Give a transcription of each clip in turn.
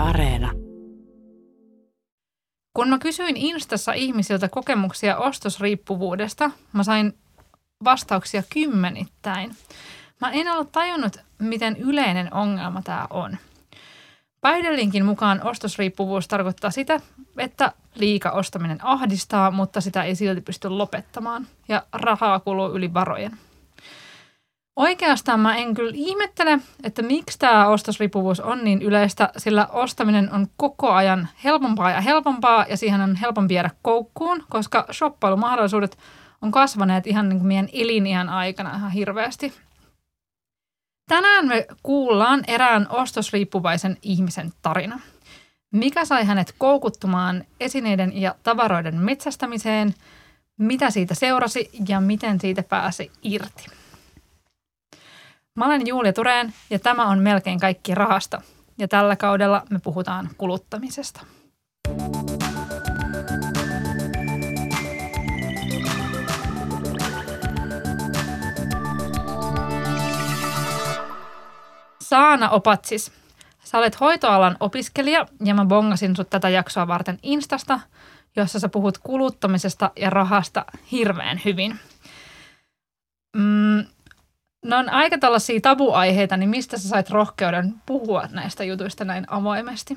Areena. Kun mä kysyin Instassa ihmisiltä kokemuksia ostosriippuvuudesta, mä sain vastauksia kymmenittäin. Mä en ollut tajunnut, miten yleinen ongelma tää on. Päihdelinkin mukaan ostosriippuvuus tarkoittaa sitä, että liika ostaminen ahdistaa, mutta sitä ei silti pysty lopettamaan ja rahaa kuluu yli varojen. Oikeastaan mä en kyllä ihmettele, että miksi tämä ostosriippuvuus on niin yleistä, sillä ostaminen on koko ajan helpompaa ja helpompaa ja siihen on helpompi jäädä koukkuun, koska shoppailumahdollisuudet on kasvaneet ihan niin kuin meidän eliniän aikana ihan hirveästi. Tänään me kuullaan erään ostosriippuvaisen ihmisen tarina. Mikä sai hänet koukuttumaan esineiden ja tavaroiden metsästämiseen, mitä siitä seurasi ja miten siitä pääsi irti. Mä olen Julia Tureen ja tämä on Melkein kaikki rahasta. Ja tällä kaudella me puhutaan kuluttamisesta. Saana Opatsis, sä olet hoitoalan opiskelija ja mä bongasin sut tätä jaksoa varten Instasta, jossa sä puhut kuluttamisesta ja rahasta hirveän hyvin. No on aika tällaisia tabuaiheita, niin mistä sä sait rohkeuden puhua näistä jutuista näin avoimesti?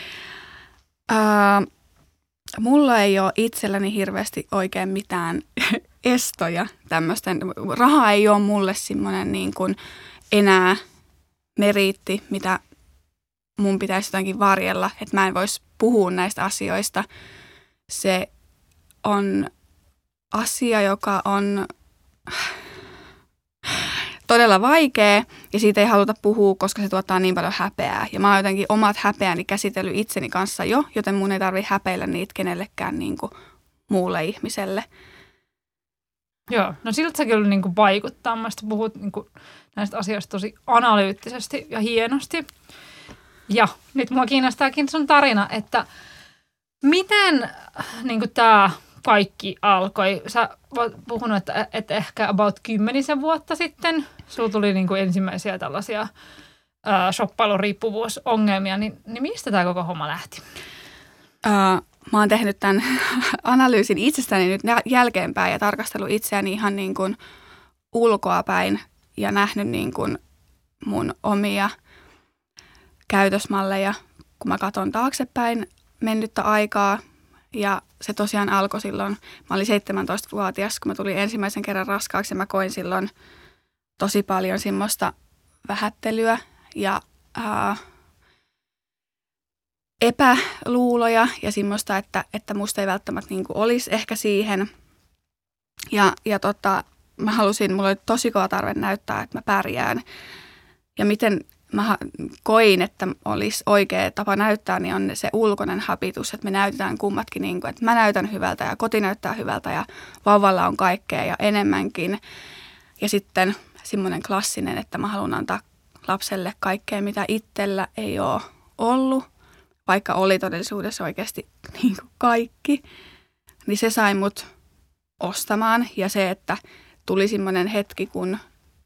Mulla ei ole itselläni hirveästi oikein mitään estoja tämmöisten. Raha ei ole mulle semmoinen niin kuin enää meriitti, mitä mun pitäisi jotenkin varjella, että mä en voisi puhua näistä asioista. Se on asia, joka on todella vaikea ja siitä ei haluta puhua, koska se tuottaa niin paljon häpeää. Ja mä oon jotenkin omat häpeäni käsitellyt itseni kanssa jo, joten mun ei tarvitse häpeillä niitä kenellekään niin kuin muulle ihmiselle. Joo, no siltä se kyllä niin kuin vaikuttaa. Mä puhut niin kuin näistä asioista tosi analyyttisesti ja hienosti. Ja nyt mua kiinnostaakin sun tarina, että miten niin kuin tämä kaikki alkoi. Sä oot puhunut, että ehkä about 10 vuotta sitten sulla tuli niin kuin ensimmäisiä tällaisia shoppailuriippuvuusongelmia. Niin mistä tämä koko homma lähti? Mä oon tehnyt tämän analyysin itsestäni nyt jälkeenpäin ja tarkastellut itseäni ihan niin kuin ulkoapäin ja nähnyt niin kuin mun omia käytösmalleja, kun mä katson taaksepäin mennyttä aikaa. Ja se tosiaan alkoi silloin, mä olin 17-vuotias, kun mä tulin ensimmäisen kerran raskaaksi ja mä koin silloin tosi paljon semmoista vähättelyä ja epäluuloja ja semmoista, että musta ei välttämättä niin kuin olisi ehkä siihen. Ja mä halusin, mulla oli tosi kova tarve näyttää, että mä pärjään. Ja miten mä koin, että olisi oikea tapa näyttää, niin on se ulkoinen habitus, että me näytetään kummatkin niin kuin, että mä näytän hyvältä ja koti näyttää hyvältä ja vauvalla on kaikkea ja enemmänkin. Ja sitten semmoinen klassinen, että mä haluan antaa lapselle kaikkea, mitä itsellä ei ole ollut, vaikka oli todellisuudessa oikeasti niin kuin kaikki. Niin se sai mut ostamaan ja se, että tuli semmoinen hetki, kun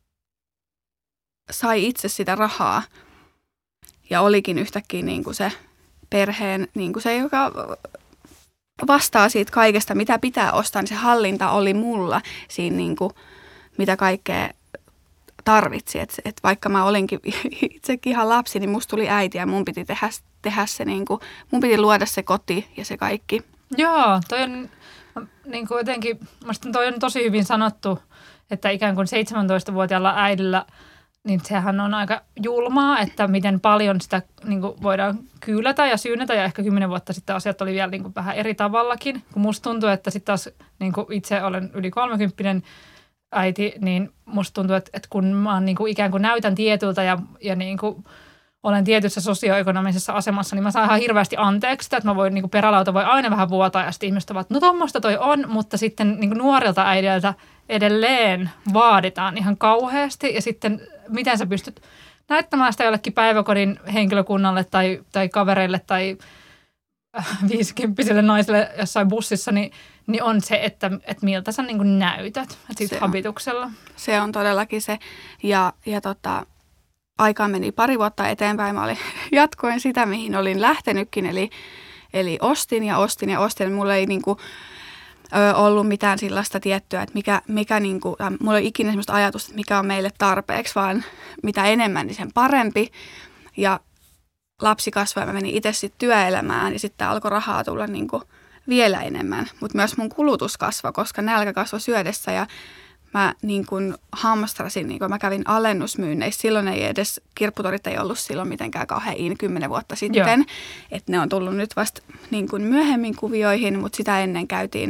sai itse sitä rahaa ja olikin yhtäkkiä niin kuin se perheen, niin kuin se, joka vastaa siitä kaikesta, mitä pitää ostaa, niin se hallinta oli mulla siinä, niin kuin, mitä kaikkea tarvitsi. Et vaikka mä olinkin itsekin ihan lapsi, niin musta tuli äiti ja mun piti tehdä se, niin kuin, mun piti luoda se koti ja se kaikki. Joo, toi on niin kuin jotenkin, musta toi on tosi hyvin sanottu, että ikään kuin 17-vuotiaalla äidillä niin sehän on aika julmaa, että miten paljon sitä niin kuin voidaan kyylätä ja syynätä. Ja ehkä 10 vuotta sitten asiat oli vielä niin kuin vähän eri tavallakin. Kun musta tuntuu, että sitten taas niin kuin itse olen yli 30 äiti, niin musta tuntuu, että kun mä niin kuin ikään kuin näytän tietyltä ja niin kuin olen tietyssä sosioekonomisessa asemassa, niin mä saan ihan hirveästi anteeksi sitä, että mä voin, niin kuin perälauta voi aina vähän vuotaa ja sitten ihmiset ovat, no tommoista toi on, mutta sitten niin kuin nuorilta äidiltä edelleen vaaditaan ihan kauheasti ja sitten miten sä pystyt näyttämään sitä jollekin päiväkodin henkilökunnalle tai kavereille tai 50-vuotiaille naisille jossain bussissa, niin on se, että miltä sä niin kuin näytät siitä habituksella. Se on todellakin se. Ja aikaa meni 2 vuotta eteenpäin. Mä jatkoin sitä, mihin olin lähtenytkin, eli ostin. Mulla ei niinku ollut mitään sellaista tiettyä, että mikä niinku, mulla ei ikinä sellaista ajatusta, että mikä on meille tarpeeksi, vaan mitä enemmän, niin sen parempi. Ja lapsi kasvoi, mä menin itse sitten työelämään ja sitten alkoi rahaa tulla niinku vielä enemmän. Mutta myös mun kulutus kasvoi, koska nälkä kasvoi syödessä ja mä niin kuin hamstrasin, niin kuin mä kävin alennusmyynneissä. Silloin ei edes, kirpputorit ei ollut silloin mitenkään kauhean 10 vuotta sitten. Että ne on tullut nyt vasta niin kuin myöhemmin kuvioihin, mutta sitä ennen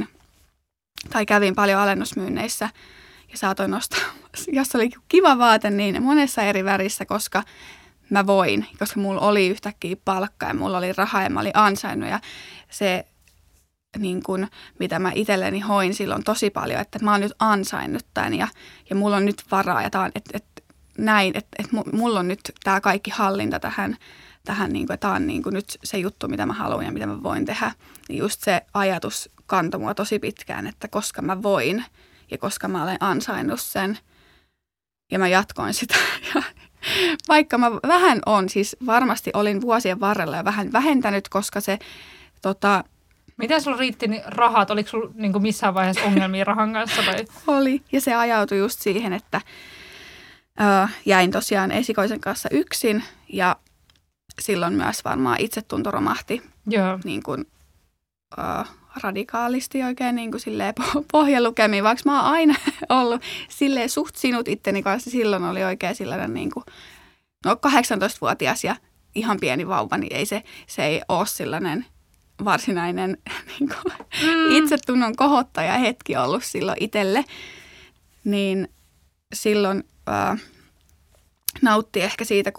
kävin paljon alennusmyynneissä. Ja saatoin ostaa, jos oli kiva vaate, niin monessa eri värissä, koska mä voin. Koska mulla oli yhtäkkiä palkka ja mulla oli rahaa ja mä olin ansainnut. Ja se, niin kun, mitä mä itselleni hoin silloin tosi paljon, että mä oon nyt ansainnut tämän ja mulla on nyt varaa. Ja tää on, että mulla on nyt tää kaikki hallinta tähän niin kuin, että tää on niin kuin nyt se juttu, mitä mä haluan ja mitä mä voin tehdä. Niin just se ajatus kantoi mua tosi pitkään, että koska mä voin ja koska mä olen ansainnut sen. Ja mä jatkoin sitä. Ja vaikka mä vähän siis varmasti olin vuosien varrella ja vähän vähentänyt, koska se miten sulla riitti rahat? Oliko sulla niin missään vaiheessa ongelmia rahan kanssa? Tai? Oli. Ja se ajautui just siihen, että jäin tosiaan esikoisen kanssa yksin. Ja silloin myös varmaan itsetunto romahti. Joo. Niin kuin, radikaalisti oikein niin kuin silleen pohjalukemiin. Vaikka mä oon aina ollut silleen suht sinut itteni kanssa. Silloin oli oikein sellainen niin kuin, 18-vuotias ja ihan pieni vauva, niin se ei ole sellainen varsinainen niin kuin, itsetunnon kohottaja hetki ollut silloin itselle, niin silloin nautti ehkä siitä,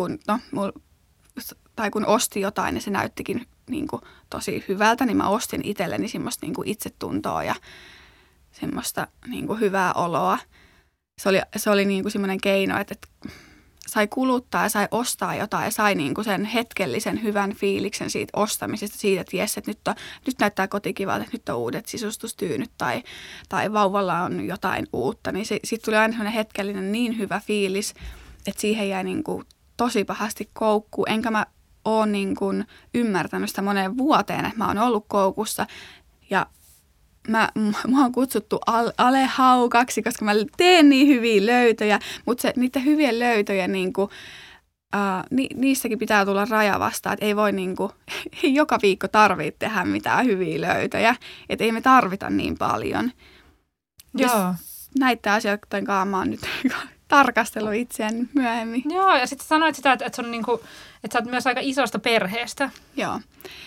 kun osti jotain ja se näyttikin niin kuin, tosi hyvältä, niin mä ostin itselleni semmoista niin kuin itsetuntoa ja semmoista niin kuin, hyvää oloa. Se oli niin kuin semmoinen keino, että sai kuluttaa ja sai ostaa jotain ja sai niinku sen hetkellisen hyvän fiiliksen siitä ostamisesta, siitä, että jes, että nyt näyttää kotikivalta, että nyt on uudet sisustustyynyt tai vauvalla on jotain uutta. Niin siitä tuli aina sellainen hetkellinen niin hyvä fiilis, että siihen jäi niinku tosi pahasti koukkuun. Enkä mä ole niinku ymmärtänyt sitä moneen vuoteen, että mä oon ollut koukussa ja mua on kutsuttu alehaukaksi, koska mä teen niin hyviä löytöjä, mutta niiden hyvien löytöjen niissäkin pitää tulla raja vastaan, että ei voi ei joka viikko tarvitse tehdä mitään hyviä löytöjä, että ei me tarvita niin paljon. Joo. Näitä asioiden kanssa mä oon nyt tarkastellut itseäni myöhemmin. Joo, ja sitten sanoit sitä, että sä oot myös aika isosta perheestä. Joo,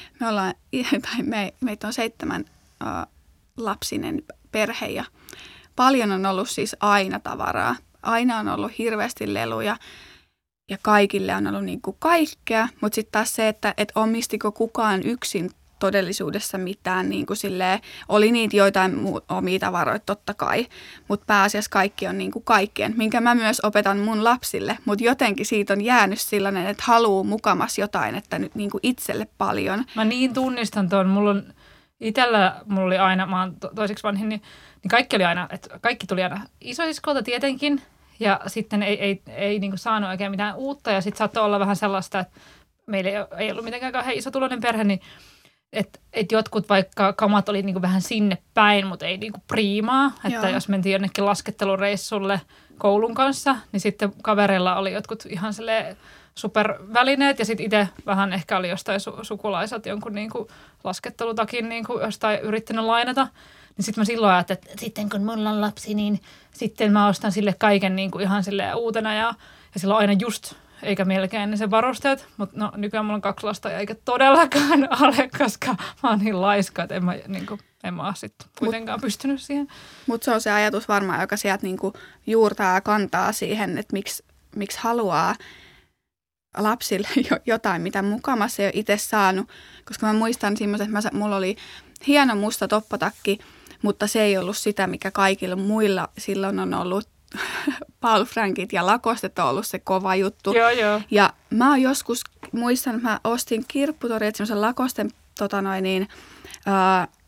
meitä on 7 lapsinen perhe ja paljon on ollut siis aina tavaraa. Aina on ollut hirveästi leluja ja kaikille on ollut niin kuin kaikkea. Mutta sitten taas se, että omistiko kukaan yksin todellisuudessa mitään. Niin kuin silleen, oli niitä joitain omia tavaroita totta kai, mutta pääasiassa kaikki on niin kuin kaikkien, minkä mä myös opetan mun lapsille. Mutta jotenkin siitä on jäänyt sellainen, että haluaa mukamas jotain, että nyt niin kuin itselle paljon. Mä niin tunnistan tuon. Mulla oli aina, mä oon toiseksi vanhin, niin kaikki oli aina, että kaikki tuli aina isosiskolta tietenkin. Ja sitten ei niin kuin saanut oikein mitään uutta. Ja sitten saattoi olla vähän sellaista, että meillä ei ollut mitenkään kauhean isotuloinen perhe, niin että jotkut vaikka kamat oli niin kuin vähän sinne päin, mutta ei niin kuin priimaa. Että jos mentiin jonnekin laskettelureissulle koulun kanssa, niin sitten kavereilla oli jotkut ihan silleen supervälineet ja sitten itse vähän ehkä oli jostain sukulaiset jonkun niin kuin laskettelutakin niin kuin jostain yrittänyt lainata. Niin sitten mä silloin ajattelin, että sitten kun mulla on lapsi, niin sitten mä ostan sille kaiken niin kuin ihan silleen uutena ja silloin aina just eikä melkein ne sen varusteet. Mutta no nykyään mulla on 2 lasta eikä todellakaan ole, koska mä oon niin laiska, että en mä ole sitten kuitenkaan pystynyt siihen. Mutta se on se ajatus varmaan, joka sieltä niin kuin juurtaa ja kantaa siihen, että miksi haluaa lapsille jotain, mitä mukamassa ei ole itse saanut. Koska mä muistan semmoisen, että mulla oli hieno musta toppatakki, mutta se ei ollut sitä, mikä kaikilla muilla silloin on ollut. Paul Frankit ja Lacostet on ollut se kova juttu. Joo. Ja mä oon joskus, muistan, että mä ostin kirpputorilta semmoisen Lacosten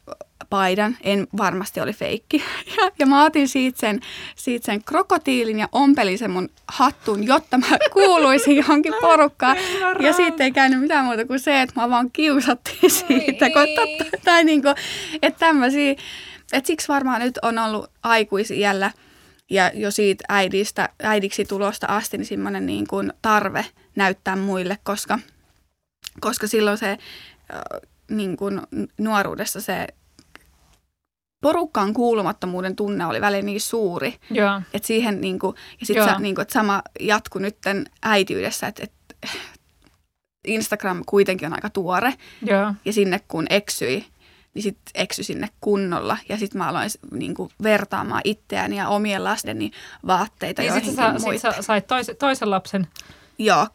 paidan, en varmasti oli feikki. Ja mä otin siitä sen krokotiilin ja ompelin sen mun hattuun, jotta mä kuuluisin johonkin porukkaan. Ja siitä ei käynyt mitään muuta kuin se, että mä vaan kiusattiin siitä. Tai niinku, että tämmöisiä, että siksi varmaan nyt on ollut aikuisiällä ja jo siitä äidiksi tulosta asti niin semmoinen niin kuin tarve näyttää muille, koska silloin se niin kuin nuoruudessa se porukkaan kuulumattomuuden tunne oli välillä niin suuri, että siihen niin kuin, ja sitten niin kuin, että sama jatkui nytten äitiydessä, että Instagram kuitenkin on aika tuore ja sinne kun eksyi, niin sitten eksy sinne kunnolla ja sitten mä aloin niin kuin vertaamaan itseäni ja omien lasteni vaatteita joihinkin muihin. Sitten sä sait toisen lapsen. Joo.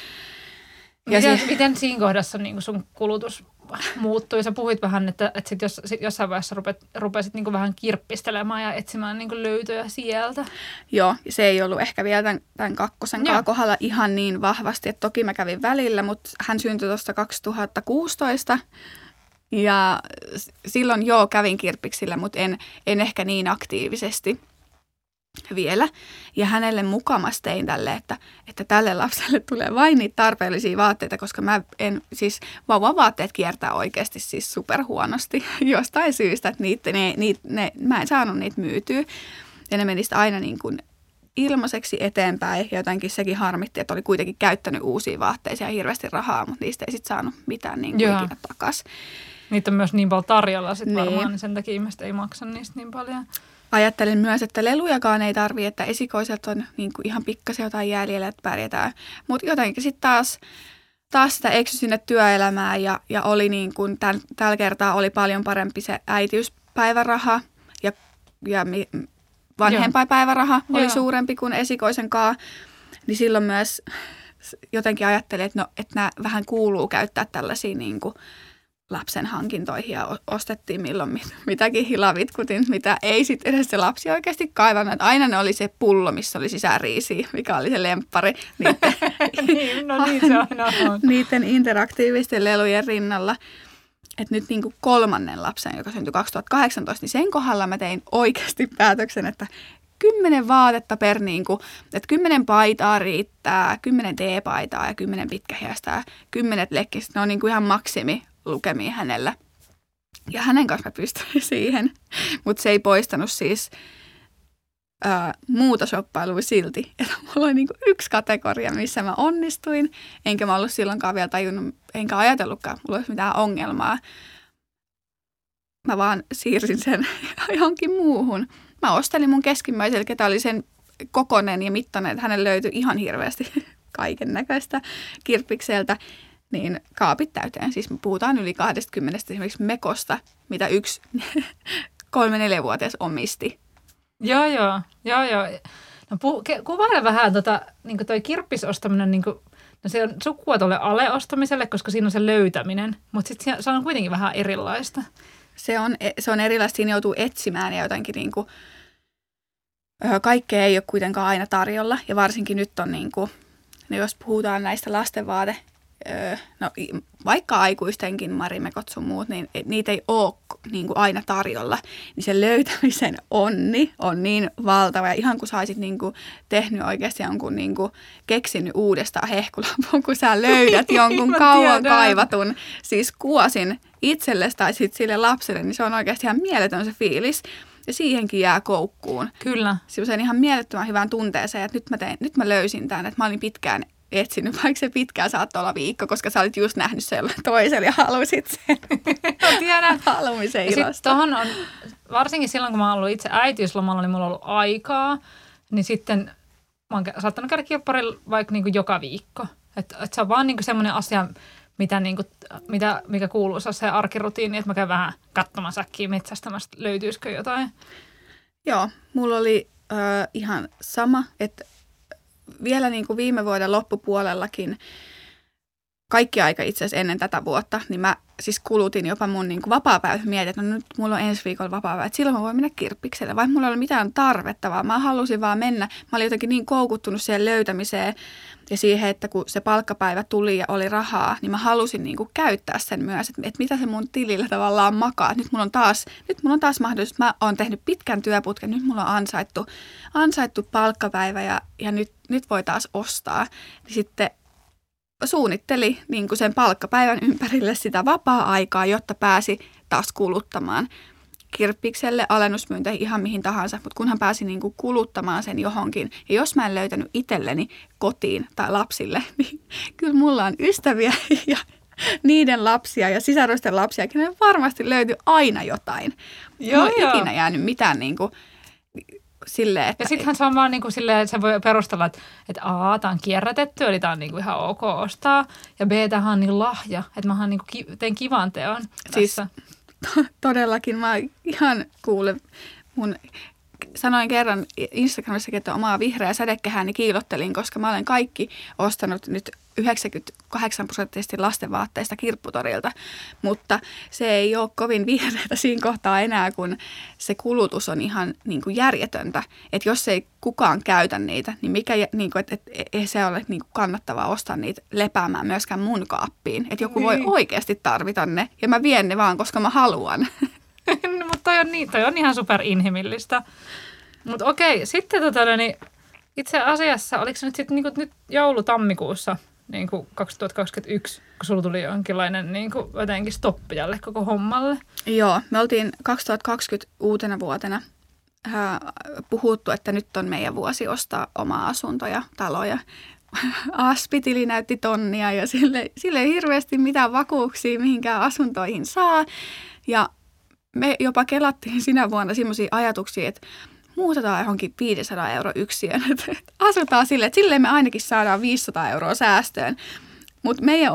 Miten siinä kohdassa niin kuin sun kulutus muuttui? Sä puhuit vähän, että sit jossain vaiheessa rupesit niin kuin vähän kirppistelemään ja etsimään niin kuin löytöjä sieltä. Joo, se ei ollut ehkä vielä tämän kakkosenkaan kohdalla ihan niin vahvasti, että toki mä kävin välillä, mutta hän syntyi tuosta 2016 ja silloin kävin kirppiksillä, mutta en ehkä niin aktiivisesti vielä. Ja hänelle mukamas tein tälle, että tälle lapselle tulee vain niitä tarpeellisia vaatteita, koska vauvavaatteet kiertää oikeasti siis superhuonosti jostain syystä, että mä en saanut niitä myytyä. Ja ne menisi aina niin kuin ilmaiseksi eteenpäin. Ja jotenkin sekin harmitti, että oli kuitenkin käyttänyt uusia vaatteita ja hirveästi rahaa, mutta niistä ei sitten saanut mitään niin kuin ikinä takaisin. Niitä on myös niin paljon tarjolla sitten varmaan, niin sen takia ihmiset ei maksa niistä niin paljon. Ajattelin myös, että lelujakaan ei tarvitse, että esikoiset on niin kuin ihan pikkasen jotain jäljellä, että pärjätään. Mutta jotenkin sitten taas sitä eksy sinne työelämään ja oli niin kuin tällä kertaa oli paljon parempi se äitiyspäiväraha ja vanhempainpäiväraha oli suurempi kuin esikoisenkaan. Niin silloin myös jotenkin ajattelin, että nämä vähän kuuluu käyttää tällaisia niin kuin lapsen hankintoihin ja ostettiin milloin mitäkin hilavitkutin, mitä ei sitten edes se lapsi oikeasti kaivannut. Aina ne oli se pullo, missä oli sisäriisiä, mikä oli se lemppari niiden interaktiivisten lelujen rinnalla. Että nyt niin kuin 3. lapsen, joka syntyi 2018, niin sen kohdalla mä tein oikeasti päätöksen, että 10 vaatetta per niin kuin, että 10 paitaa riittää, 10 teepaitaa ja 10 pitkähiästä, 10 lekkistä. Ne on niin kuin ihan maksimi lukemia hänellä. Ja hänen kanssa mä pystyin siihen, mutta se ei poistanut siis muuta shoppailua silti. Että mulla oli niinku yksi kategoria, missä mä onnistuin, enkä mä ollut silloinkaan vielä tajunnut, enkä ajatellutkaan, mulla olisi mitään ongelmaa. Mä vaan siirsin sen johonkin muuhun. Mä ostelin mun keskimmäiselle, ketä oli sen kokoinen ja mittainen, että hänelle löytyi ihan hirveästi kaiken näköistä kirppikseltä. Niin kaapit täyteen. Siis me puhutaan yli 20 esimerkiksi mekosta, mitä yksi 3-4-vuotias omisti. Joo. No kuvaile vähän niin toi kirppisostaminen, niin kuin, no se on sukua tuolle aleostamiselle, koska siinä on se löytäminen, mutta sitten se on kuitenkin vähän erilaista. Se on erilaista, siinä joutuu etsimään ja jotenkin niin kuin, kaikkea ei ole kuitenkaan aina tarjolla. Ja varsinkin nyt on, niin kuin, no jos puhutaan näistä lastenvaate, no vaikka aikuistenkin marimekot sun muut, niin niitä ei ole niin kuin aina tarjolla. Niin se löytämisen onni on niin valtava. Ja ihan kun sä olisit niin kuin tehnyt oikeasti jonkun niin kuin keksinyt uudestaan hehkulampun, kun sä löydät jonkun kauan kaivatun siis kuosin itsellesi tai sitten sille lapselle, niin se on oikeasti ihan mieletön se fiilis. Ja siihenkin jää koukkuun. Kyllä. Sellaiseen ihan mielettömän hyvään tunteeseen, että nyt mä löysin tämän, että mä olin pitkään etsinyt, vaikka se pitkään saattoi olla viikko, koska sä olit just nähnyt sen toiselle ja halusit sen. Tiedän. Halumisen ilosta. Tohon on, varsinkin silloin, kun mä oon ollut itse äitiyslomalla, niin mulla on ollut aikaa, niin sitten mä oon saattanut käydä kirpparilla vaikka niin kuin joka viikko. Että se on vaan niin kuin semmoinen asia, mikä kuuluu se arkirutiini, että mä käyn vähän katsomaan säkkiä metsästämästä, löytyisikö jotain. Joo, mulla oli ihan sama, että vielä niin kuin viime vuoden loppupuolellakin kaikki aika itse asiassa ennen tätä vuotta, niin mä siis kulutin jopa mun niin kuin vapaapäivä. Mietin, että no nyt mulla on ensi viikolla vapaapäivä, että silloin mä voin mennä kirppikselle. Vaikka mulla ei ole mitään tarvetta, vaan mä halusin vaan mennä. Mä olin jotenkin niin koukuttunut siihen löytämiseen ja siihen, että kun se palkkapäivä tuli ja oli rahaa, niin mä halusin niin kuin käyttää sen myös, että mitä se mun tilillä tavallaan makaa. Nyt mulla on taas mahdollisuus, mä oon tehnyt pitkän työputken, nyt mulla on ansaittu palkkapäivä ja nyt voi taas ostaa. Niin sitten suunnitteli niin kuin sen palkkapäivän ympärille sitä vapaa-aikaa, jotta pääsi taas kuluttamaan kirppikselle, alennusmyynteihin, ihan mihin tahansa, mutta kunhan pääsi niin kuin kuluttamaan sen johonkin. Ja jos mä en löytänyt itselleni kotiin tai lapsille, niin kyllä mulla on ystäviä ja niiden lapsia ja sisarusten lapsia, kenelle varmasti löytyy aina jotain. Joo, ei ikinä jäänyt mitään niin kuin silleen, että... Ja sittenhän se on vaan niin kuin silleen, se voi perustella, että A, tämä on kierrätetty, eli tämä on niin kuin ihan ok ostaa, ja B, tämähän on niin lahja, että mä niin kuin teen kivan teon tässä. Siis todellakin, mä ihan kuulen sanoin kerran Instagramissakin, että omaa vihreää sädekehääni kiilottelin, koska mä olen kaikki ostanut nyt 98% lastenvaatteista kirpputorilta, mutta se ei ole kovin vihreätä siinä kohtaa enää, kun se kulutus on ihan niin kuin järjetöntä. Että jos ei kukaan käytä niitä, niin ei se ole niin kuin kannattavaa ostaa niitä lepäämään myöskään mun kaappiin. Että joku voi oikeasti tarvita ne ja mä vien ne vaan, koska mä haluan. Mutta toi on ihan superinhimillistä. Mutta okei, sitten niin itse asiassa, oliko se nyt sitten niin nyt joulu-tammikuussa niin 2021, kun sulla tuli jonkinlainen niin jotenkin stoppi tälle koko hommalle? Joo, me oltiin 2020 uutena vuotena puhuttu, että nyt on meidän vuosi ostaa omaa asuntoja, taloja. Aspitili näytti tonnia ja sille ei hirveästi mitään vakuuksia mihinkään asuntoihin saa. Ja me jopa kelattiin sinä vuonna semmoisia ajatuksia, että muutetaan johonkin 500 € yksiön. Asutaan silleen, että silleen me ainakin saadaan 500 € säästöön. Mutta meidän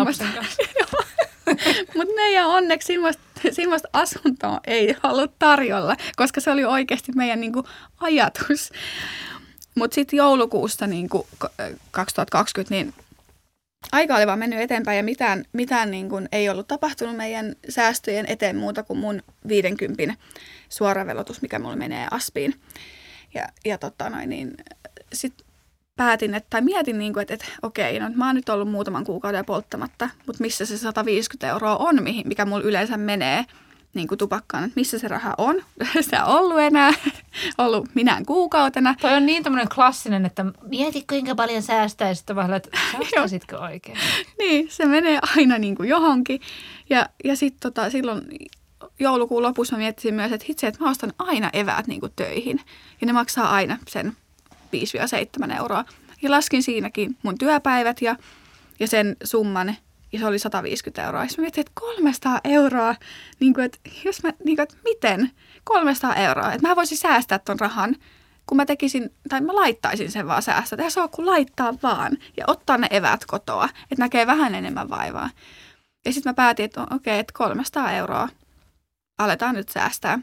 onneksi semmoista asuntoa ei ollut tarjolla, koska se oli oikeasti meidän niinku ajatus. Mutta sitten joulukuusta niinku 2020, niin aika oli vaan mennyt eteenpäin ja mitään niin kuin ei ollut tapahtunut meidän säästöjen eteen muuta kuin mun 50 suoravelotus, mikä mulla menee Aspiin. Ja sitten mietin, niin kuin, että okei, no mä oon nyt ollut muutaman kuukauden polttamatta, mutta missä se 150 € on, mikä mulla yleensä menee niin kuin tupakkaan, että missä se raha on. Sitä on ollut enää, ollut minään kuukautena. Toi on niin tämmöinen klassinen, että mieti kuinka paljon säästää ja sitten vähän, että säästäisitkö oikein? Niin, se menee aina niin kuin johonkin. Ja sitten silloin joulukuun lopussa mä miettisin myös, että hitse, että mä ostan aina eväät niin kuin töihin. Ja ne maksaa aina sen 5-7 €. Ja laskin siinäkin mun työpäivät ja sen summan. Ja se oli 150 €. Ja mä mietin, että 300 €, niin kuin, että miten 300 €? Että mä voisin säästää ton rahan, kun mä tekisin, tai mä laittaisin sen vaan säästää. Eihän se ole kuin laittaa vaan ja ottaa ne eväät kotoa, että näkee vähän enemmän vaivaa. Ja sitten mä päätin, että okei, että 300 € aletaan nyt säästää.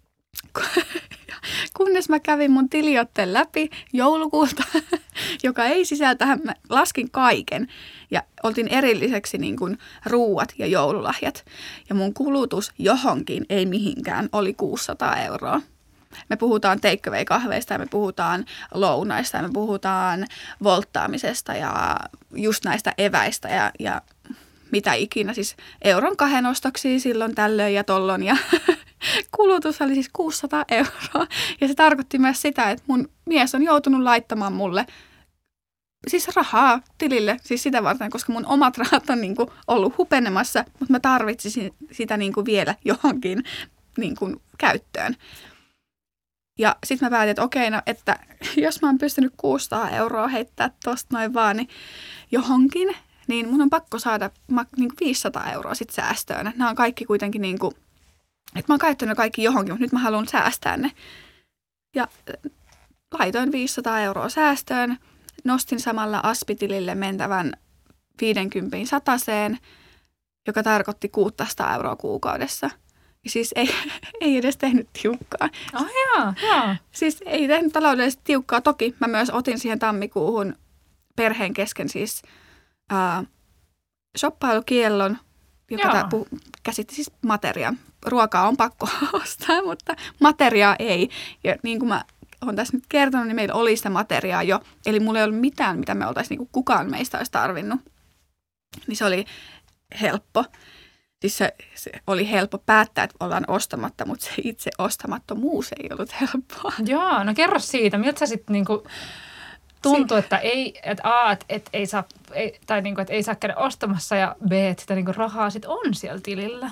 Kunnes mä kävin mun tiliotteen läpi joulukuulta, joka ei sisältä, mä laskin kaiken ja oltiin erilliseksi niin kuin ruuat ja joululahjat. Ja mun kulutus johonkin, ei mihinkään, oli 600 €. Me puhutaan take away-kahveista ja me puhutaan lounaista ja me puhutaan volttaamisesta ja just näistä eväistä ja mitä ikinä. Siis 1-2 ostoksia silloin tällöin ja tollon ja kulutus oli siis 600 €. Ja se tarkoitti myös sitä, että mun mies on joutunut laittamaan mulle siis rahaa tilille, siis sitä varten, koska mun omat rahat on niinku ollut hupenemassa, mutta mä tarvitsisin sitä niinku vielä johonkin niinku käyttöön. Ja sitten mä päätin, että okei, no, että jos mä oon pystynyt 600 € heittää tosta noin vaan niin johonkin, niin mun on pakko saada niinku 500 € sit säästöön. Nämä on kaikki kuitenkin niinku, että mä oon käyttänyt kaikki johonkin, mutta nyt mä haluan säästää ne. Ja laitoin 500 € säästöön. Nostin samalla Aspitilille mentävän 50 sataseen, joka tarkoitti 600 € kuukaudessa. Ja siis ei edes tehnyt tiukkaa. Oh joo. Siis ei tehnyt taloudellisesti tiukkaa. Toki mä myös otin siihen tammikuuhun perheen kesken siis shoppailukiellon, joka käsitti siis materiaan. Ruokaa on pakko ostaa, mutta materiaa ei. Ja niin kuin mä olen tässä nyt kertonut, niin meillä oli sitä materiaa jo. Eli mulla ei ollut mitään, mitä me oltaisiin, niin kuin kukaan meistä olisi tarvinnut. Niin se oli helppo. Siis se oli helppo päättää, että ollaan ostamatta, mutta se itse ostamattomuus ei ollut helppoa. Joo, no kerro siitä. Miltä sä sitten niinku tuntuu, että ei saa, tai niinku, että ei saa käydä ostamassa ja B, että sitä niinku rahaa sit on siellä tilillä?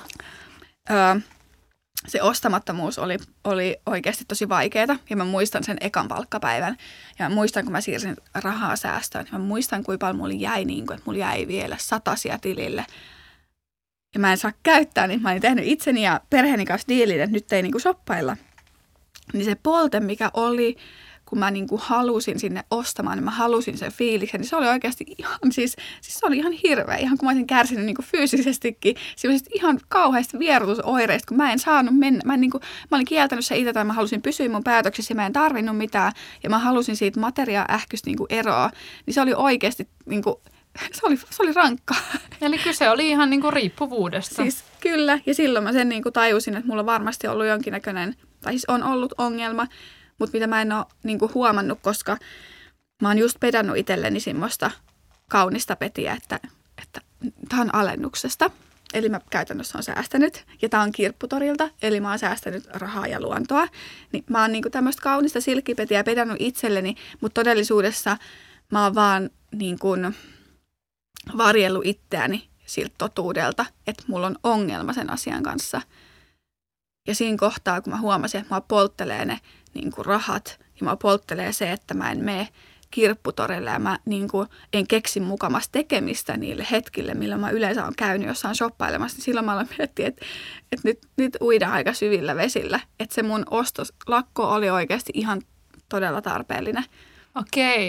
Se ostamattomuus oli oikeasti tosi vaikeaa ja mä muistan sen ekan palkkapäivän. Ja mä muistan, kun mä siirsin rahaa säästöön, niin mä muistan, kuinka paljon mulla jäi, niin kuin, että mulla jäi vielä 100 tilille. Ja mä en saa käyttää, niin mä olin tehnyt itseni ja perheeni kanssa diilin, että nyt ei niin kuin shoppailla. Niin se polte, mikä oli, kun mä niin kuin halusin sinne ostamaan, niin mä halusin sen fiiliksen, niin se oli oikeasti ihan, siis se oli ihan hirveä, ihan kun mä olisin kärsinyt niin kuin fyysisestikin, semmoisista ihan kauheista vierotusoireista, kun mä en saanut mennä, mä olin kieltänyt se itse, tai mä halusin pysyä mun päätöksissä, ja mä en tarvinnut mitään, ja mä halusin siitä materiaa-ähkystä niin kuin eroa, niin se oli oikeasti niin kuin, se oli rankkaa. Eli kyse oli ihan niin kuin riippuvuudesta. Siis kyllä, ja silloin mä sen niin kuin tajusin, että mulla on varmasti ollut jonkinnäköinen, tai siis on ollut ongelma, mutta mitä mä en ole niin kuin huomannut, koska mä oon just pedannut itselleni semmoista kaunista petiä, että tää on alennuksesta. Eli mä käytännössä on säästänyt, ja tää on Kirpputorilta, eli mä oon säästänyt rahaa ja luontoa. Niin mä oon niin kuin tämmöistä kaunista silkkipetiä pedannut itselleni, mutta todellisuudessa mä oon vaan niin kuin varjellut itseäni siltä totuudelta, että mulla on ongelma sen asian kanssa. Ja siinä kohtaa, kun mä huomasin, että mua polttelee ne niin kuin rahat, ja mua polttelee se, että mä en mene Kirpputorille, ja mä niin kuin en keksi mukamassa tekemistä niille hetkille, millä mä yleensä olen käynyt jossain shoppailemassa, niin silloin mä aloin miettiä, että nyt uidaan aika syvillä vesillä. Että se mun ostoslakko oli oikeasti ihan todella tarpeellinen. Okei.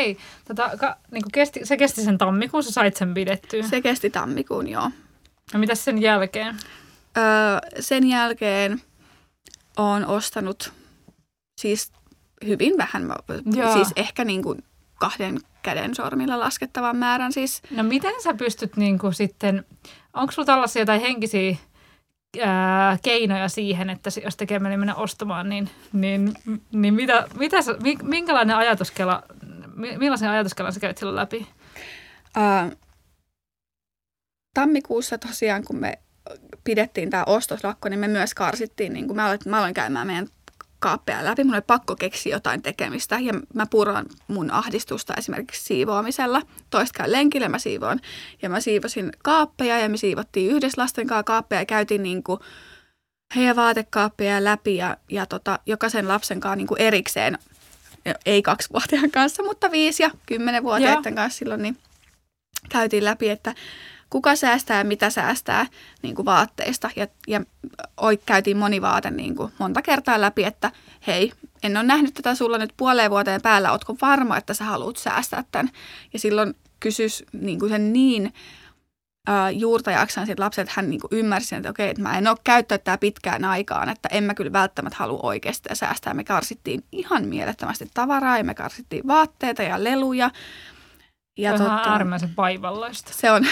Se kesti sen tammikuun, sä sait sen pidettyä? Se kesti tammikuun, joo. Ja mitäs sen jälkeen? Sen jälkeen olen ostanut siis hyvin vähän, siis ehkä niin kuin 2 käden sormilla laskettavan määrän siis. No miten sä pystyt niin kuin sitten, onko sulla tällaisia jotain henkisiä keinoja siihen, että jos tekee mennä ostamaan, niin minkälainen ajatuskela, millaisen ajatuskelan sä käyt silloin läpi? Tammikuussa tosiaan, kun me pidettiin tämä ostoslakko, niin me myös karsittiin, niin kuin mä aloin käymään meidän kaappeja läpi. Mun oli pakko keksiä jotain tekemistä ja mä puran mun ahdistusta esimerkiksi siivoamisella. Toista käyn lenkille, mä siivoon. Ja mä siivosin kaappeja ja me siivottiin yhdessä lasten kanssa kaappeja ja käytiin niin kuin heidän vaatekaappeja läpi ja jokaisen lapsen kanssa niin kuin erikseen. Ei 2-vuotiaan kanssa, mutta 5- ja 10-vuotiaiden kanssa silloin niin käytiin läpi, että kuka säästää ja mitä säästää niin kuin vaatteista. Ja käytiin monivaate niin kuin monta kertaa läpi, että hei, en ole nähnyt tätä sulla nyt 0,5 vuoteen päällä. Ootko varma, että sä haluat säästää tämän? Ja silloin kysys niin kuin sen niin juurta jaksan sit lapset, että hän niin kuin ymmärsi, että okei, että mä en ole käyttänyt tätä pitkään aikaan, että en mä kyllä välttämättä halua oikeasti säästää. Me karsittiin ihan mielettömästi tavaraa ja me karsittiin vaatteita ja leluja. Ja äärimmäisen vaivalloista. Se on,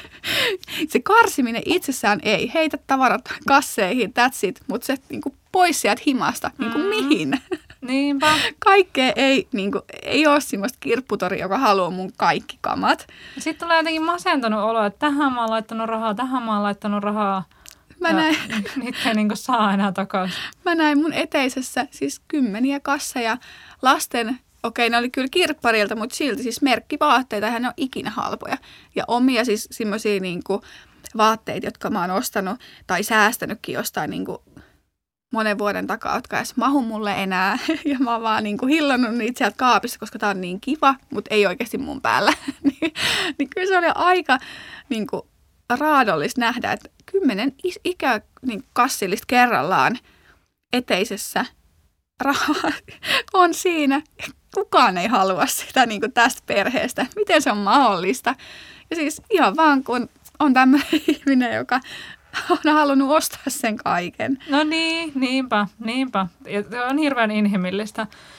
se karsiminen itsessään ei heitä tavarat kasseihin, that's it, mutta se niin kuin pois sieltä himasta, niin kuin mihin? Niinpä. Kaikkea ei ole semmoista Kirpputoria, joka haluaa mun kaikki kamat. Sitten tulee jotenkin masentunut olo, että tähän mä oon laittanut rahaa. Mä näin. Niitä ei niin kuin saa enää takaisin. Mä näin mun eteisessä siis 10 kasseja lasten. Okei, ne oli kyllä kirpparilta, mutta silti siis merkkivaatteita, eihän ne ole ikinä halpoja. Ja omia siis semmoisia niinku vaatteita, jotka mä oon ostanut tai säästänytkin jostain niinku monen vuoden takaa, jotka edes mahu mulle enää. Ja mä oon vaan niinku hillannut niitä sieltä kaapista, koska tää on niin kiva, mutta ei oikeasti mun päällä. Niin kyllä se oli aika niinku raadollista nähdä, että 10 kassillista kerrallaan eteisessä rahaa on siinä. Kukaan ei halua sitä niin kuin tästä perheestä. Miten se on mahdollista? Ja siis ihan vaan kun on tämmöinen ihminen, joka on halunnut ostaa sen kaiken. No niin, niinpä. Ja se on hirveän inhimillistä.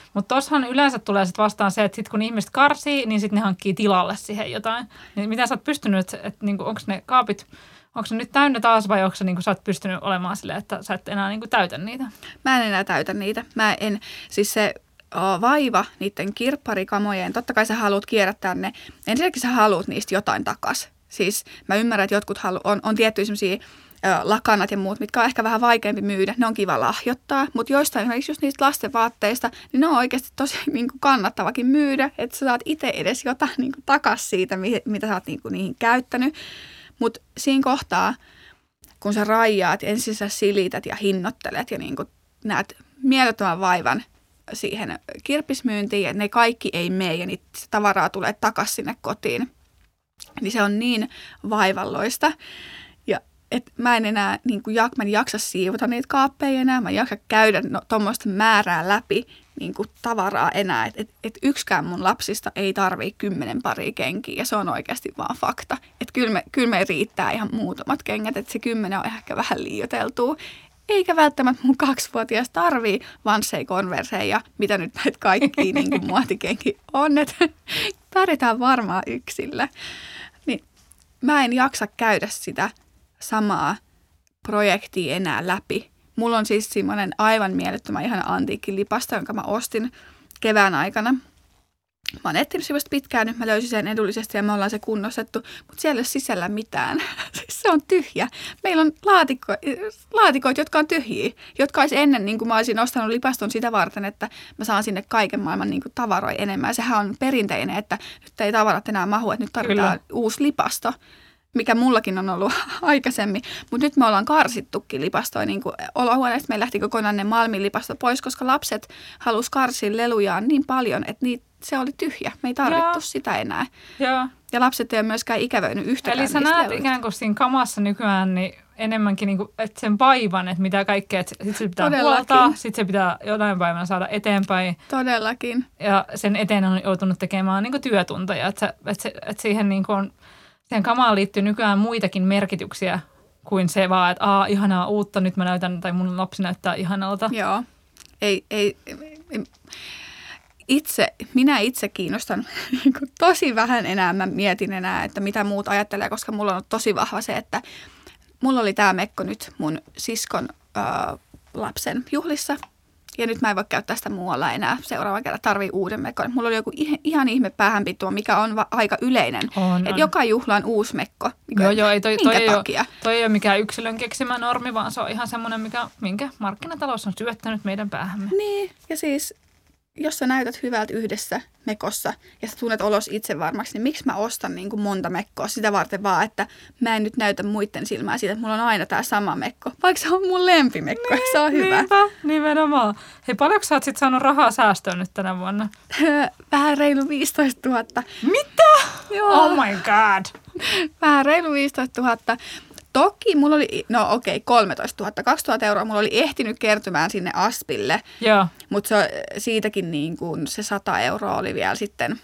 Mutta tossahan yleensä tulee sit vastaan se, että sit kun ihmiset karsii, niin sitten ne hankkii tilalle siihen jotain. Niin mitä sä oot pystynyt, että niinku, onko ne kaapit, onko ne nyt täynnä taas vai onko niinku, sä oot pystynyt olemaan silleen, että sä et enää niinku täytä niitä? Mä en enää täytä niitä. Siis se vaiva niiden kirpparikamojen, totta kai sä haluat kierrättää ne. Ensinnäkin sä haluat niistä jotain takas. Siis mä ymmärrän, että jotkut on tiettyjä sellaisia lakanat ja muut, mitkä on ehkä vähän vaikeampi myydä. Ne on kiva lahjoittaa, mutta joistain esimerkiksi just niistä lasten vaatteista, niin ne on oikeasti tosi niin kuin kannattavakin myydä, että sä saat itse edes jotain niin kuin takas siitä, mitä sä oot niin kuin niihin käyttänyt. Mutta siinä kohtaa, kun sä raijaat, ensin sä silität ja hinnoittelet ja niin kuin näet mielettömän vaivan siihen kirppismyyntiin, ja ne kaikki ei mene ja niitä tavaraa tulee takaisin sinne kotiin. Niin se on niin vaivalloista. Ja mä en enää mä en jaksa siivota niitä kaappeja enää. Mä en jaksa käydä tuommoista määrää läpi tavaraa enää. Et yksikään mun lapsista ei tarvitse 10 paria kenkiä ja se on oikeasti vaan fakta. Että kyllä me riittää ihan muutamat kengät, että se 10 on ehkä vähän liioiteltua. Eikä välttämättä mun 2-vuotias tarvii Vansseja, Converseja ja mitä nyt näitä kaikkia muotikenkiä on. Että pärjätään varmaan yksillä. Niin mä en jaksa käydä sitä samaa projektia enää läpi. Mulla on siis semmoinen aivan mielettömän ihana antiikkilipasto, jonka mä ostin kevään aikana. Mä oon etsinyt sivusta pitkään, nyt mä löysin sen edullisesti ja me ollaan se kunnostettu, mutta siellä ei ole sisällä mitään. Siis se on tyhjä. Meillä on laatikoita, jotka on tyhjiä, jotka olisi ennen, niin kuin mä olisin ostanut lipaston sitä varten, että mä saan sinne kaiken maailman niin kuin tavaroja enemmän. Ja sehän on perinteinen, että nyt ei tavarat enää mahu, että nyt tarvitaan uusi lipasto, mikä mullakin on ollut aikaisemmin. Mutta nyt me ollaan karsittukin lipastoja niin kuin olohuoneesta. Meillä lähti kokonaan ne Malmin-lipasto pois, koska lapset halusi karsia lelujaan niin paljon, että se oli tyhjä. Me ei tarvittu sitä enää. Ja lapset ei ole myöskään ikävöinyt yhtäkään. Eli sä näet ikään kuin siinä kamassa nykyään niin enemmänkin niin kuin, että sen vaivan, että mitä kaikkea, että sit se pitää huoltaa, sit se pitää jonain päivänä saada eteenpäin. Todellakin. Ja sen eteen on joutunut tekemään niin kuin työtunteja, että siihen niin kuin siihen kamaan liittyy nykyään muitakin merkityksiä kuin se vaan, että ihanaa uutta, nyt mä näytän, tai mun lapsi näyttää ihanalta. Joo. Minä itse kiinnostan tosi vähän enää. Mä mietin enää, että mitä muut ajattelee, koska mulla on tosi vahva se, että mulla oli tämä mekko nyt mun siskon lapsen juhlissa. Ja nyt mä en voi käyttää sitä muualla enää. Seuraavan kerran tarvii uuden mekon. Mulla oli joku ihan ihme päähänpituo, mikä on aika yleinen. Että joka juhla on uusi mekko. Joo, ei toi ei ole mikään yksilön keksimä normi, vaan se on ihan semmoinen, minkä markkinatalous on syöttänyt meidän päähämme. Niin, ja siis jos sä näytät hyvältä yhdessä mekossa ja sä tunnet olos itse varmaksi, niin miksi mä ostan niin kuin monta mekkoa sitä varten vaan, että mä en nyt näytä muiden silmää siitä, että mulla on aina tää sama mekko. Vaikka se on mun lempimekko, niin, se on hyvä. Niinpä, nimenomaan. Hei, paljonko sä oot sit saanut rahaa säästöön nyt tänä vuonna? Vähän reilu 15 000. Mitä? Joo. Oh my god. Vähän reilu 15 000. Toki mulla oli, 13 000, 2 000 euroa mulla oli ehtinyt kertymään sinne Aspille, mutta siitäkin niin kuin se 100 euroa oli vielä sitten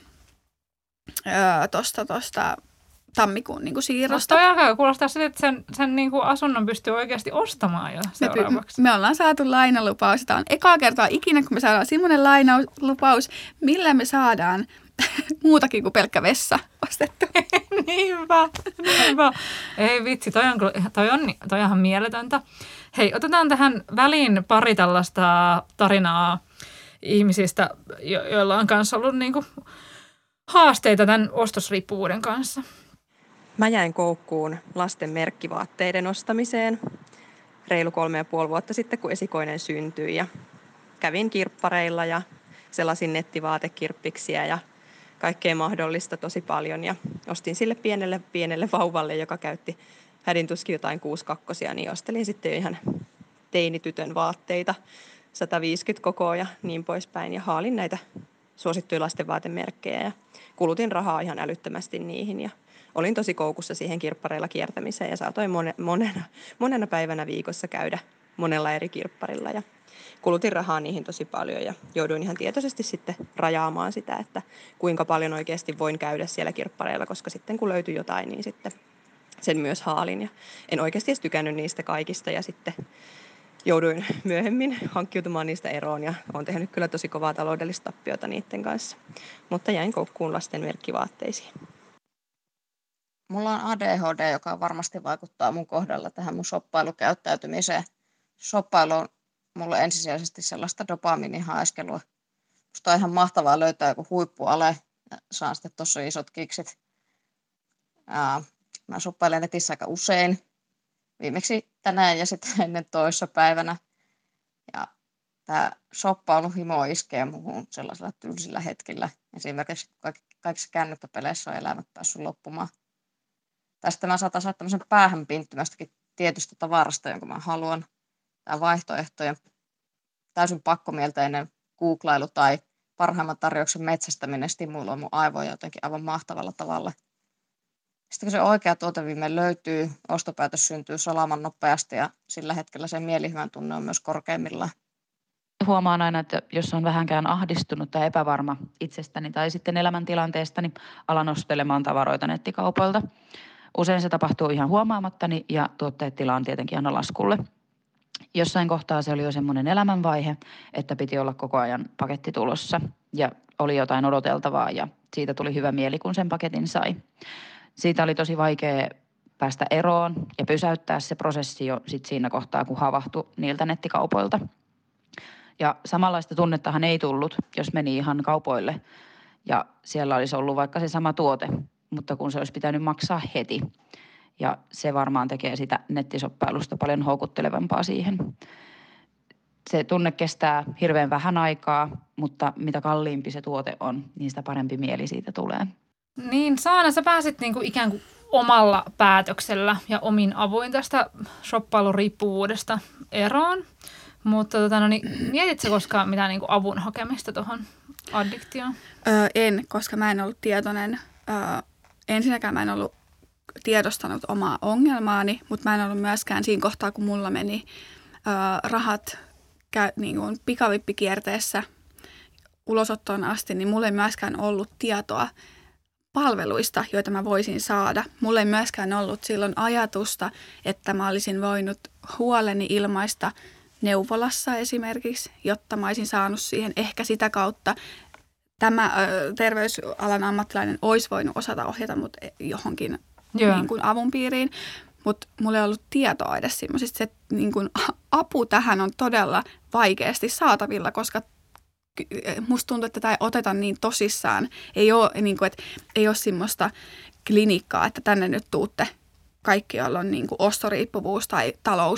tuosta tammikuun niin kuin siirrosta. Toi alkaa kuulostaa siltä, että sen niin kuin asunnon pystyy oikeasti ostamaan jo seuraavaksi. Me ollaan saatu lainalupaus. Tämä on ekaa kertaa ikinä, kun me saadaan semmoinen lainalupaus, millä me saadaan muutakin kuin pelkkä vessa ostettu. Niinpä. Ei vitsi, toi on ihan mieletöntä. Hei, otetaan tähän väliin pari tällaista tarinaa ihmisistä, joilla on kanssa ollut niinku haasteita tämän ostosriippuvuuden kanssa. Mä jäin koukkuun lasten merkkivaatteiden ostamiseen reilu 3,5 vuotta sitten, kun esikoinen syntyi. Ja kävin kirppareilla ja selasin nettivaatekirppiksiä ja kaikkea mahdollista tosi paljon. Ja ostin sille pienelle vauvalle, joka käytti hädintuskin jotain 6-2, niin ostelin sitten jo ihan teinitytön vaatteita, 150 kokoa ja niin poispäin. Ja haalin näitä suosittuja lasten vaatemerkkejä ja kulutin rahaa ihan älyttömästi niihin. Ja olin tosi koukussa siihen kirppareilla kiertämiseen ja saatoin monena päivänä viikossa käydä monella eri kirpparilla. Ja kulutin rahaa niihin tosi paljon ja jouduin ihan tietoisesti sitten rajaamaan sitä, että kuinka paljon oikeasti voin käydä siellä kirppareilla, koska sitten kun löytyi jotain, niin sitten sen myös haalin. Ja en oikeasti edes tykännyt niistä kaikista ja sitten jouduin myöhemmin hankkiutumaan niistä eroon ja olen tehnyt kyllä tosi kovaa taloudellista tappiota niiden kanssa. Mutta jäin koukkuun lasten merkkivaatteisiin. Mulla on ADHD, joka varmasti vaikuttaa mun kohdalla tähän mun shoppailukäyttäytymiseen. Shoppailu on mulle ensisijaisesti sellaista dopamiinihaiskelua. Musta on ihan mahtavaa löytää joku huippuale ja saan sitten tosi isot kiksit. Mä shoppailen netissä aika usein. Viimeksi tänään ja sitten ennen toissa päivänä. Ja tämä shoppailuhimo iskee muuhun sellaisella tylsillä hetkillä. Esimerkiksi kaikissa kännykkäpeleissä on elämät päässyt loppumaan. Tästä mä saatan saada tämmöisen päähän pinttymästäkin tietystä tavarasta, jonka mä haluan. Tai vaihtoehtoja. Täysin pakkomielteinen googlailu tai parhaimman tarjouksen metsästäminen stimuloi mun aivoja jotenkin aivan mahtavalla tavalla. Sitten kun se oikea tuote viimein löytyy, ostopäätös syntyy salaman nopeasti ja sillä hetkellä se mielihyvän tunne on myös korkeimmillaan. Huomaan aina, että jos on vähänkään ahdistunut tai epävarma itsestäni tai sitten elämäntilanteesta, niin alan ostelemaan tavaroita nettikaupoilta. Usein se tapahtuu ihan huomaamattani ja tuotteet tilaan tietenkin aina laskulle. Jossain kohtaa se oli jo semmoinen elämänvaihe, että piti olla koko ajan paketti tulossa ja oli jotain odoteltavaa ja siitä tuli hyvä mieli, kun sen paketin sai. Siitä oli tosi vaikea päästä eroon ja pysäyttää se prosessi jo sit siinä kohtaa, kun havahtui niiltä nettikaupoilta. Ja samanlaista tunnettahan ei tullut, jos meni ihan kaupoille ja siellä olisi ollut vaikka se sama tuote, mutta kun se olisi pitänyt maksaa heti. Ja se varmaan tekee sitä nettisoppailusta paljon houkuttelevampaa siihen. Se tunne kestää hirveän vähän aikaa, mutta mitä kalliimpi se tuote on, niin sitä parempi mieli siitä tulee. Niin Saana, sä pääsit niinku ikään kuin omalla päätöksellä ja omin avuin tästä shoppailuriippuvuudesta eroon. Mutta mietitkö koskaan mitään niinku avun hakemista tuohon addiktioon? En, koska mä en ollut tietoinen. Ensinnäkään mä en ollut tiedostanut omaa ongelmaani, mutta mä en ollut myöskään siinä kohtaa, kun mulla meni rahat niin kuin pikavippikierteessä ulosottoon asti, niin mulla ei myöskään ollut tietoa palveluista, joita mä voisin saada. Mulla ei myöskään ollut silloin ajatusta, että mä olisin voinut huoleni ilmaista neuvolassa esimerkiksi, jotta mä olisin saanut siihen ehkä sitä kautta. Tämä terveysalan ammattilainen olisi voinut osata ohjata mut johonkin niin kuin avun piiriin, mutta mulla ei ollut tietoa edes semmoisista. Se niin kuin apu tähän on todella vaikeasti saatavilla, koska musta tuntuu, että tämä ei oteta niin tosissaan. Ei ole, niin kuin, että ei ole semmoista klinikkaa, että tänne nyt tuutte kaikki, joilla on niin kuin ostoriippuvuus tai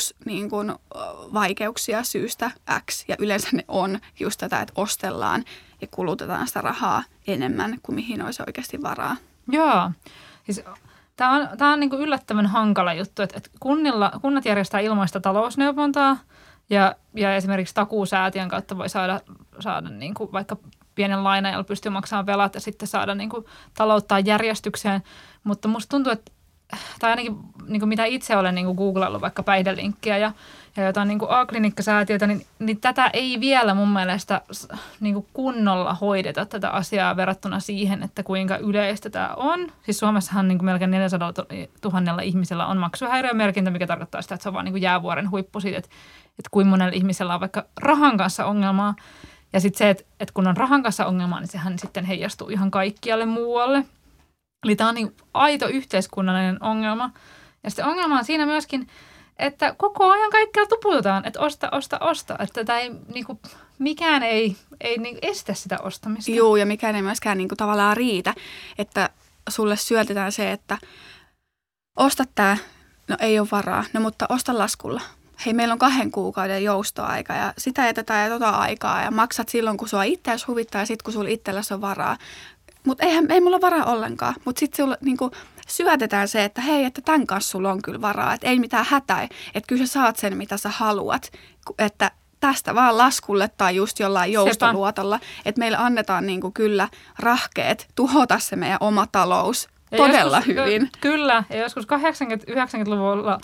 talousvaikeuksia syystä X. Ja yleensä ne on just tätä, että ostellaan ja kulutetaan sitä rahaa enemmän kuin mihin olisi oikeasti varaa. Joo. Siis tämä on niin kuin yllättävän hankala juttu, että kunnat järjestää ilmaista talousneuvontaa ja esimerkiksi takuusäätiön kautta voi saada niin kuin vaikka pienen lainan, jolla pystyy maksamaan velat ja sitten saada niin kuin talouttaa järjestykseen. Mutta musta tuntuu, että tai ainakin niin kuin mitä itse olen niin kuin googlaillut vaikka päihdelinkkiä ja jotain niin kuin A-klinikkasäätiötä, niin tätä ei vielä mun mielestä niin kuin kunnolla hoideta tätä asiaa verrattuna siihen, että kuinka yleistä tämä on. Siis Suomessahan niin kuin melkein 400 000 ihmisellä on maksuhäiriömerkintä, mikä tarkoittaa sitä, että se on vaan niin kuin jäävuoren huippu siitä, että kuinka monella ihmisellä on vaikka rahan kanssa ongelmaa. Ja sitten se, että kun on rahan kanssa ongelmaa, niin sehän sitten heijastuu ihan kaikkialle muualle. Eli tämä on niin aito yhteiskunnallinen ongelma. Ja sitten ongelma on siinä myöskin, että koko ajan kaikkialla tuputetaan, että osta. Että tämä ei, niin kuin, mikään ei niin estä sitä ostamista. Joo, ja mikään ei myöskään niin kuin, tavallaan riitä, että sulle syötetään se, että osta tämä, no ei ole varaa, no mutta osta laskulla. Hei, meillä on 2 kuukauden joustoaika ja sitä jätetään ja tota aikaa ja maksat silloin, kun sua itseäsi huvittaa ja sitten, kun sulla itselläsi on varaa. Mutta ei mulla varaa ollenkaan. Mutta sitten sulla niinku syötetään se, että hei, että tämän kanssa sulla on kyllä varaa. Että ei mitään hätää. Että kyllä sä saat sen, mitä sä haluat. Että tästä vaan laskulle tai just jollain joustoluotolla. Että meille annetaan niinku kyllä rahkeet tuhota se meidän oma talous todella hyvin. Kyllä. Ja joskus 80-90-luvulla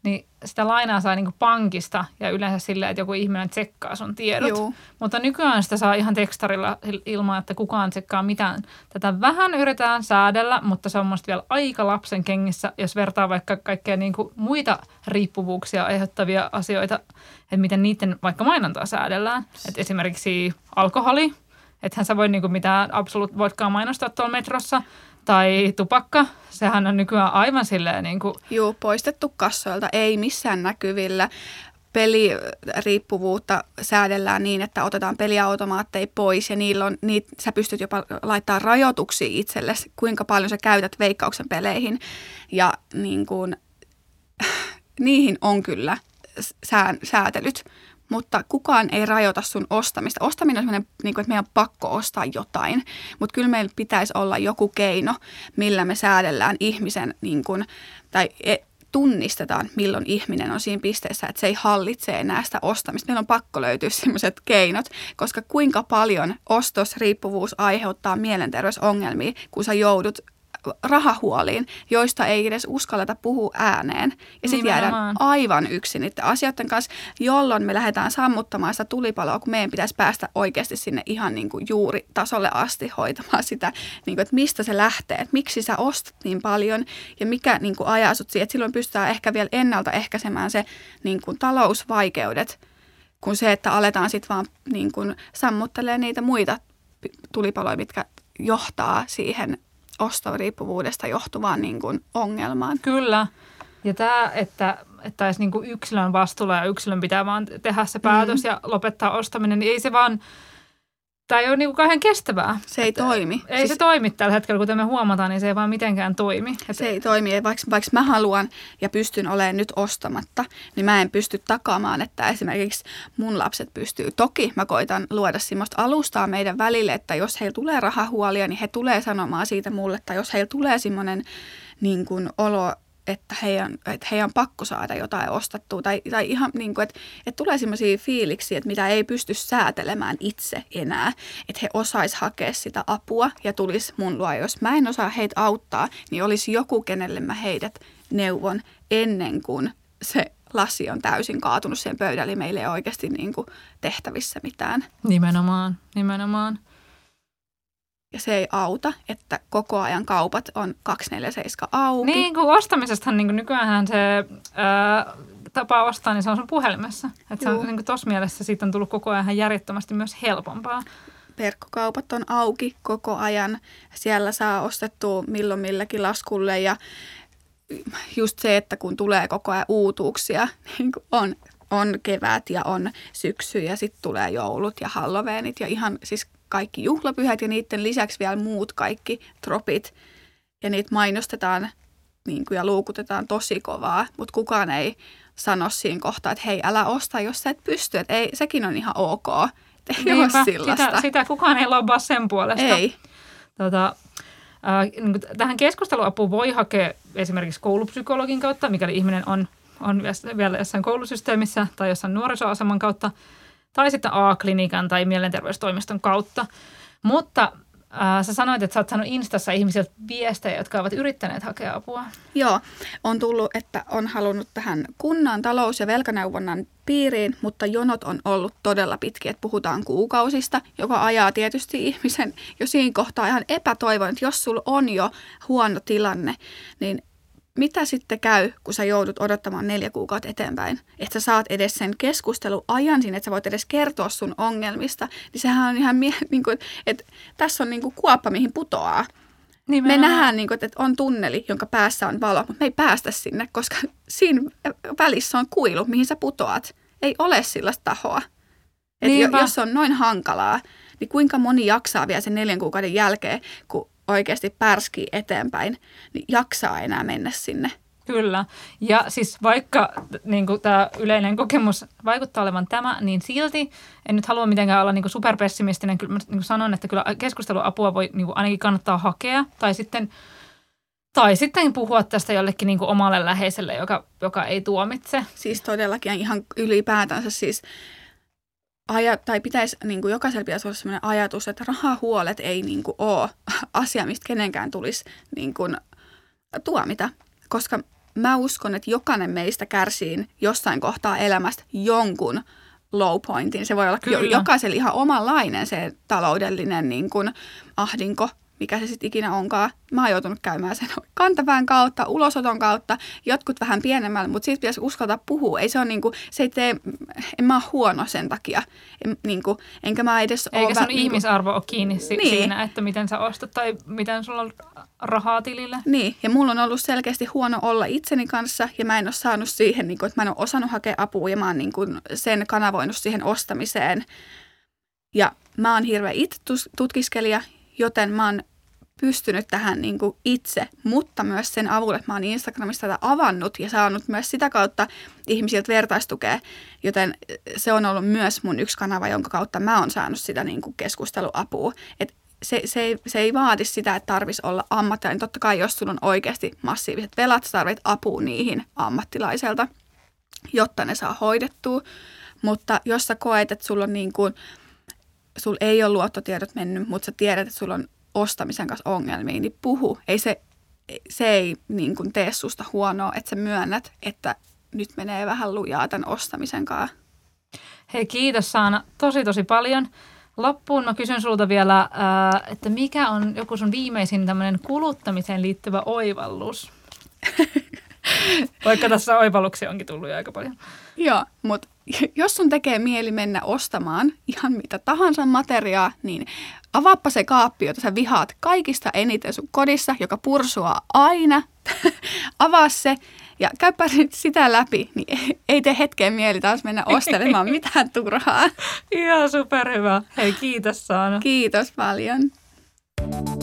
niin sitä lainaa saa niin kuin pankista ja yleensä silleen, että joku ihminen tsekkaa sun tiedot. Juu. Mutta nykyään sitä saa ihan tekstarilla ilman, että kukaan tsekkaa mitään. Tätä vähän yritetään säädellä, mutta se on musta vielä aika lapsen kengissä, jos vertaa vaikka kaikkea niin kuin muita riippuvuuksia aiheuttavia asioita, että miten niiden vaikka mainontaa säädellään. Että esimerkiksi alkoholi, ethän sä voi niin kuin mitään Absolut vodkaa mainostaa tuolla metrossa, tai tupakka, sehän on nykyään aivan silleen niin kuin... Juu, poistettu kassoilta, ei missään näkyvillä. Peliriippuvuutta säädellään niin, että otetaan peliautomaatteja pois ja sä pystyt jopa laittaa rajoituksia itsellesi, kuinka paljon sä käytät Veikkauksen peleihin. Ja niin kuin, niihin on kyllä säätelyt, mutta kukaan ei rajoita sun ostamista. Ostaminen on sellainen, niin kuin, että meidän on pakko ostaa jotain, mutta kyllä meillä pitäisi olla joku keino, millä me säädellään ihmisen, niin kuin, tai tunnistetaan, milloin ihminen on siinä pisteessä, että se ei hallitse enää sitä ostamista. Meillä on pakko löytyä sellaiset keinot, koska kuinka paljon ostosriippuvuus aiheuttaa mielenterveysongelmia, kun sä joudut rahahuoliin, joista ei edes uskalleta puhua ääneen. Ja sitten jäädään aivan yksin niiden asioiden kanssa, jolloin me lähdetään sammuttamaan sitä tulipaloa, kun meidän pitäisi päästä oikeasti sinne ihan niin kuin juuritasolle asti hoitamaan sitä, niin kuin, että mistä se lähtee, että miksi sä ostat niin paljon ja mikä niin kuin ajaa sut siihen, että silloin pystytään ehkä vielä ennaltaehkäisemään se niin kuin talousvaikeudet, kun se, että aletaan sitten vaan niin kuin sammuttelemaan niitä muita tulipaloja, mitkä johtaa siihen ostoriippuvuudesta johtuvaan niin kuin ongelmaan. Kyllä. Ja tämä, että olisi niin kuin yksilön vastuulla ja yksilön pitää vaan tehdä se päätös ja lopettaa ostaminen, niin ei se vaan, tämä ei ole niin kuin kauhean kestävää. Se ei toimi. Ei se toimi tällä hetkellä, kuten me huomataan, niin se ei vaan mitenkään toimi. Se ei toimi. Vaikka mä haluan ja pystyn olemaan nyt ostamatta, niin mä en pysty takaamaan, että esimerkiksi mun lapset pystyy. Toki mä koitan luoda semmoista alustaa meidän välille, että jos heillä tulee rahahuolia, niin he tulee sanomaan siitä mulle. Tai jos heillä tulee semmoinen niin kuin olo, että heidän on pakko saada jotain ostettua. Tai ihan niin kuin, että tulee semmoisia fiiliksiä, että mitä ei pysty säätelemään itse enää. Että he osaisi hakea sitä apua ja tulisi mun luo. Jos mä en osaa heitä auttaa, niin olisi joku, kenelle mä heidät neuvon ennen kuin se lasi on täysin kaatunut sen pöydälle. Eli meillä ei oikeasti niin kuin tehtävissä mitään. Nimenomaan. Ja se ei auta, että koko ajan kaupat on 24/7 auki. Niin, kun ostamisestahan niin nykyään se tapa ostaa, niin se on sun puhelimessa. Että se on niin tuossa mielessä siitä on tullut koko ajan järjettömästi myös helpompaa. Verkkokaupat on auki koko ajan. Siellä saa ostettua milloin milläkin laskulle ja just se, että kun tulee koko ajan uutuuksia, niin on kevät ja on syksy ja sitten tulee joulut ja halloweenit ja ihan siis kaikki juhlapyhät ja niiden lisäksi vielä muut kaikki tropit. Ja niitä mainostetaan niin kuin, ja luukutetaan tosi kovaa, mutta kukaan ei sano siinä kohtaa, että hei, älä osta, jos sä et pysty. Että ei, sekin on ihan ok. Ei ole sellaista. Sitä kukaan ei lobbaa sen puolesta. Ei. Niin tähän keskusteluapuun voi hakea esimerkiksi koulupsykologin kautta, mikäli ihminen on vielä jossain koulusysteemissä tai jossain nuorisoaseman kautta, tai sitten A-klinikan tai mielenterveystoimiston kautta. Mutta sä sanoit, että sä oot saanut Instassa ihmisiltä viestejä, jotka ovat yrittäneet hakea apua. Joo, on tullut, että on halunnut tähän kunnan talous- ja velkaneuvonnan piiriin, mutta jonot on ollut todella pitkiä, että puhutaan kuukausista, joka ajaa tietysti ihmisen jo siinä kohtaa ihan epätoivon, että jos sulla on jo huono tilanne, niin mitä sitten käy, kun sä joudut odottamaan 4 kuukautta eteenpäin? Että sä saat edes sen keskusteluajan siinä, että sä voit edes kertoa sun ongelmista. Niin sehän on ihan, niin kuin, että tässä on niin kuin kuoppa, mihin putoaa. Me nähdään, niin kuin, että on tunneli, jonka päässä on valo, mutta me ei päästä sinne, koska siinä välissä on kuilu, mihin sä putoat. Ei ole sellaista tahoa. Että jos on noin hankalaa, niin kuinka moni jaksaa vielä sen 4 kuukauden jälkeen, kun oikeasti pärskii eteenpäin, niin jaksaa enää mennä sinne. Kyllä. Ja siis vaikka niin kuin tämä yleinen kokemus vaikuttaa olevan tämä, niin silti en nyt halua mitenkään olla niin kuin superpessimistinen. Kyllä mä niin kuin sanon, että kyllä keskusteluapua voi niin kuin ainakin kannattaa hakea tai sitten puhua tästä jollekin niin kuin omalle läheiselle, joka ei tuomitse. Siis todellakin ihan ylipäätänsä siis tai pitäisi, niin kuin jokaisella pitäisi olla sellainen ajatus, että rahahuolet ei niin kuin ole asia, mistä kenenkään tulisi niin kuin tuomita. Koska mä uskon, että jokainen meistä kärsii jossain kohtaa elämästä jonkun low pointin. Se voi olla jokaisella ihan omanlainen se taloudellinen niin kuin ahdinko, mikä se sitten ikinä onkaan. Mä oon joutunut käymään sen kantapään kautta, ulosoton kautta, jotkut vähän pienemmällä, mutta siitä pitäisi uskaltaa puhua. Ei se ole niinku, se ei tee, en mä ole huono sen takia, enkä mä edes ole... Eikä sun ihmisarvo ole kiinni siinä, että miten sä ostat tai miten sulla on rahaa tilille. Niin, ja mulla on ollut selkeästi huono olla itseni kanssa ja mä en ole saanut siihen, että mä en ole osannut hakea apua ja mä oon sen kanavoinut siihen ostamiseen. Ja mä oon hirveä itse tutkiskelija, joten mä oon pystynyt tähän itse, mutta myös sen avulla, että mä oon Instagramista tätä avannut ja saanut myös sitä kautta ihmisiltä vertaistukea, joten se on ollut myös mun yksi kanava, jonka kautta mä oon saanut sitä keskusteluapua. Et se ei vaadi sitä, että tarvitsisi olla ammattilainen. Totta kai, jos sulla on oikeasti massiiviset velat, sä tarvitset apua niihin ammattilaiselta, jotta ne saa hoidettua. Mutta jos sä koet, että sulla on sulla ei ole luottotiedot mennyt, mutta sä tiedät, että sulla on ostamisen kanssa ongelmia, niin puhu. Se ei tee susta huonoa, että sä myönnät, että nyt menee vähän lujaa tämän ostamisen kanssa. Hei, kiitos Saana tosi paljon. Loppuun mä kysyn sulta vielä, että mikä on joku sun viimeisin tämmöinen kuluttamiseen liittyvä oivallus? Vaikka tässä oivalluksia onkin tullut jo aika paljon. Joo, mutta jos sun tekee mieli mennä ostamaan ihan mitä tahansa materiaa, niin avaappa se kaappi, jota sä vihaat kaikista eniten sun kodissa, joka pursuaa aina. Avaa se ja käypä nyt sitä läpi, niin ei tee hetkeen mieli taas mennä ostelemaan mitään turhaa. Ihan superhyvä. Hei, kiitos Saana. Kiitos paljon.